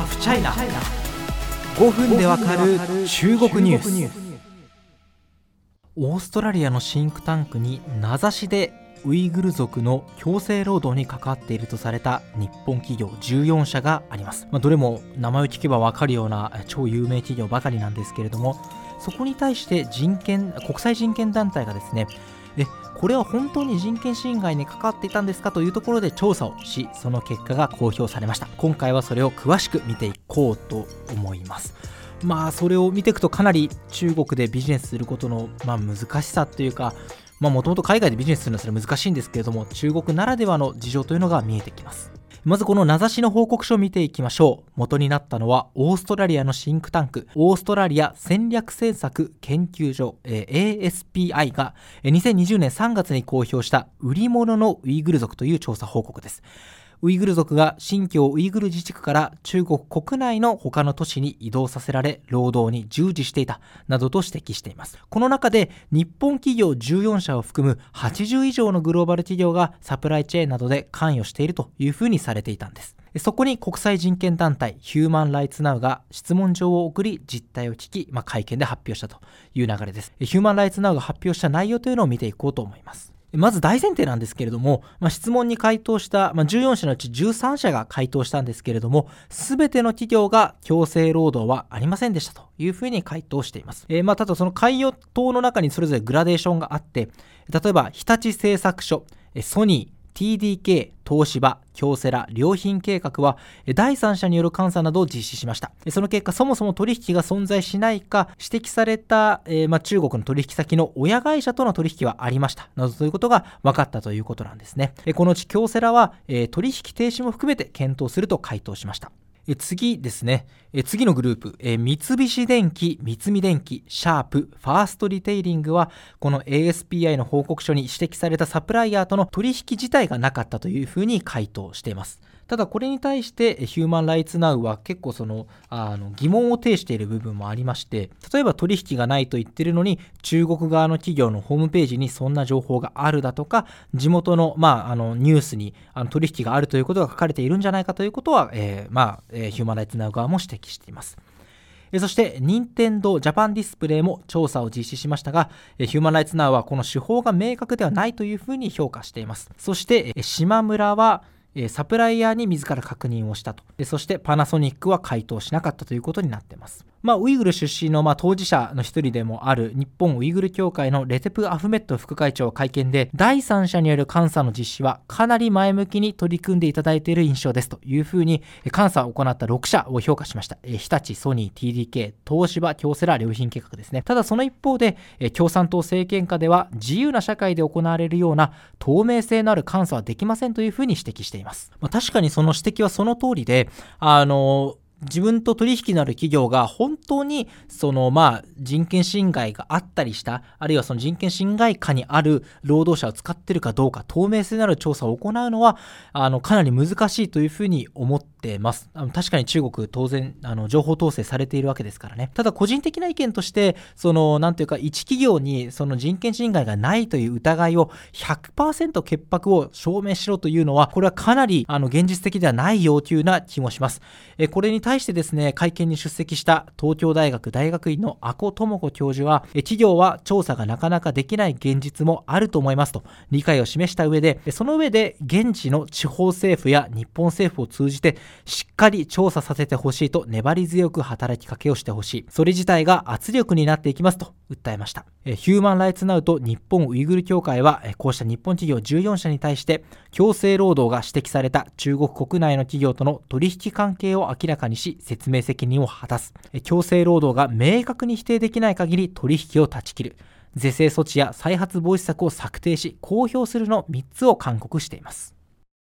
ハフチャイナ、5分でわかる中国ニュース。オーストラリアのシンクタンクに名指しでウイグル族の強制労働に関わっているとされた日本企業14社があります。どれも名前を聞けば分かるような超有名企業ばかりなんですけれども、そこに対して国際人権団体がですね、これは本当に人権侵害に関わっていたんですかというところで調査をし、その結果が公表されました。今回はそれを詳しく見ていこうと思います。それを見ていくとかなり中国でビジネスすることの難しさというか、もともと海外でビジネスするのはそれ難しいんですけれども、中国ならではの事情というのが見えてきます。まずこの名指しの報告書を見ていきましょう。元になったのはオーストラリアのシンクタンク、オーストラリア戦略政策研究所、ASPI が2020年3月に公表した売り物のウイグル族という調査報告です。ウイグル族が新疆ウイグル自治区から中国国内の他の都市に移動させられ、労働に従事していたなどと指摘しています。この中で日本企業14社を含む80以上のグローバル企業がサプライチェーンなどで関与しているというふうにされていたんです。そこに国際人権団体ヒューマン・ライツ・ナウが質問状を送り、実態を聞き、会見で発表したという流れです。ヒューマン・ライツ・ナウが発表した内容というのを見ていこうと思います。まず大前提なんですけれども、質問に回答した、14社のうち13社が回答したんですけれども、すべての企業が強制労働はありませんでしたというふうに回答しています。ただその回答の中にそれぞれグラデーションがあって、例えば日立製作所、ソニー、TDK、東芝、京セラ、良品計画は第三者による監査などを実施しました。その結果、そもそも取引が存在しないか指摘された、中国の取引先の親会社との取引はありましたなどということが分かったということなんですね。このうち京セラは取引停止も含めて検討すると回答しました。次ですね。次のグループ、三菱電機、三菱電機、シャープ、ファーストリテイリングはこの ASPI の報告書に指摘されたサプライヤーとの取引自体がなかったというふうに回答しています。ただこれに対してヒューマン・ライツ・ナウは結構疑問を呈している部分もありまして、例えば取引がないと言っているのに中国側の企業のホームページにそんな情報があるだとか、地元の、ニュースに取引があるということが書かれているんじゃないかということは、ヒューマン・ライツ・ナウ側も指摘しています。そして任天堂ジャパンディスプレイも調査を実施しましたが、ヒューマン・ライツ・ナウはこの手法が明確ではないというふうに評価しています。そして島村はサプライヤーに自ら確認をしたと。そしてパナソニックは回答しなかったということになっています。ウイグル出身の当事者の一人でもある日本ウイグル協会のレテプ・アフメット副会長は会見で、第三者による監査の実施はかなり前向きに取り組んでいただいている印象ですというふうに監査を行った6社を評価しました。日立、ソニー、TDK、東芝、京セラ、良品計画ですね。ただその一方で共産党政権下では自由な社会で行われるような透明性のある監査はできませんというふうに指摘しています。確かにその指摘はその通りで、自分と取引のある企業が本当に人権侵害があったりした、あるいはその人権侵害下にある労働者を使っているかどうか、透明性のある調査を行うのはかなり難しいというふうに思っています。確かに中国当然情報統制されているわけですからね。ただ個人的な意見としてなんていうか、一企業にその人権侵害がないという疑いを 100% 潔白を証明しろというのは、これはかなり現実的ではない要求な気もします。これに対してですね、会見に出席した東京大学大学院の阿古智子教授は、企業は調査がなかなかできない現実もあると思いますと理解を示した上で、その上で現地の地方政府や日本政府を通じてしっかり調査させてほしいと粘り強く働きかけをしてほしい、それ自体が圧力になっていきますと訴えました。ヒューマン・ライツ・ナウと日本ウイグル協会はこうした日本企業14社に対して強制労働が指摘された中国国内の企業との取引関係を明らかにし、説明責任を果たす。強制労働が明確に否定できない限り取引を断ち切る。是正措置や再発防止策を策定し公表するの3つを勧告しています。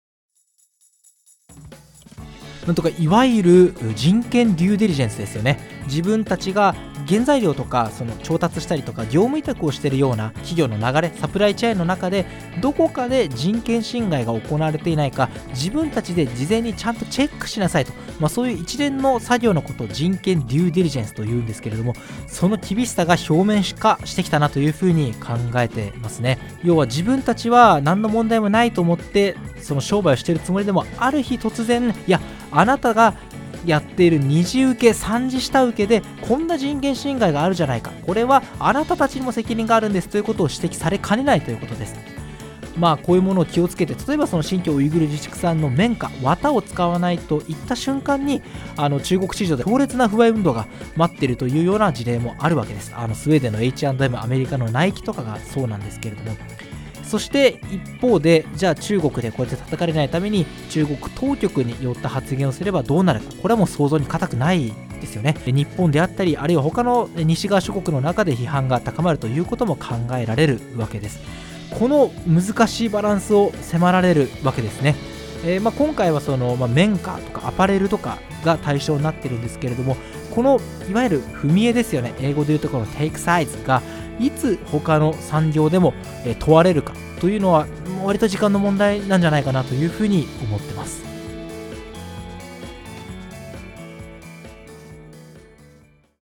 なんとかいわゆる人権デューデリジェンスですよね。自分たちが原材料とか調達したりとか業務委託をしているような企業の流れ、サプライチェーンの中でどこかで人権侵害が行われていないか、自分たちで事前にちゃんとチェックしなさいと、そういう一連の作業のことを人権デューデリジェンスというんですけれども、その厳しさが表面化してきたなというふうに考えていますね。要は自分たちは何の問題もないと思ってその商売をしているつもりでも、ある日突然、いやあなたがやっている二次受け三次下請けでこんな人権侵害があるじゃないか、これはあなたたちにも責任があるんですということを指摘されかねないということです。こういうものを気をつけて、例えばその新疆ウイグル自治区産の綿花、綿を使わないといった瞬間に中国市場で強烈な不買運動が待っているというような事例もあるわけです。スウェーデンの H&M、アメリカのナイキとかがそうなんですけれども、そして一方で、じゃあ中国でこうやって叩かれないために中国当局によった発言をすればどうなるか、これはもう想像に難くないですよね。日本であったり、あるいは他の西側諸国の中で批判が高まるということも考えられるわけです。この難しいバランスを迫られるわけですね。今回はその、綿花とかアパレルとかが対象になってるんですけれども、このいわゆる踏み絵ですよね、英語でいうところのテイクサイズがいつ他の産業でも問われるかというのは割と時間の問題なんじゃないかなというふうに思ってます。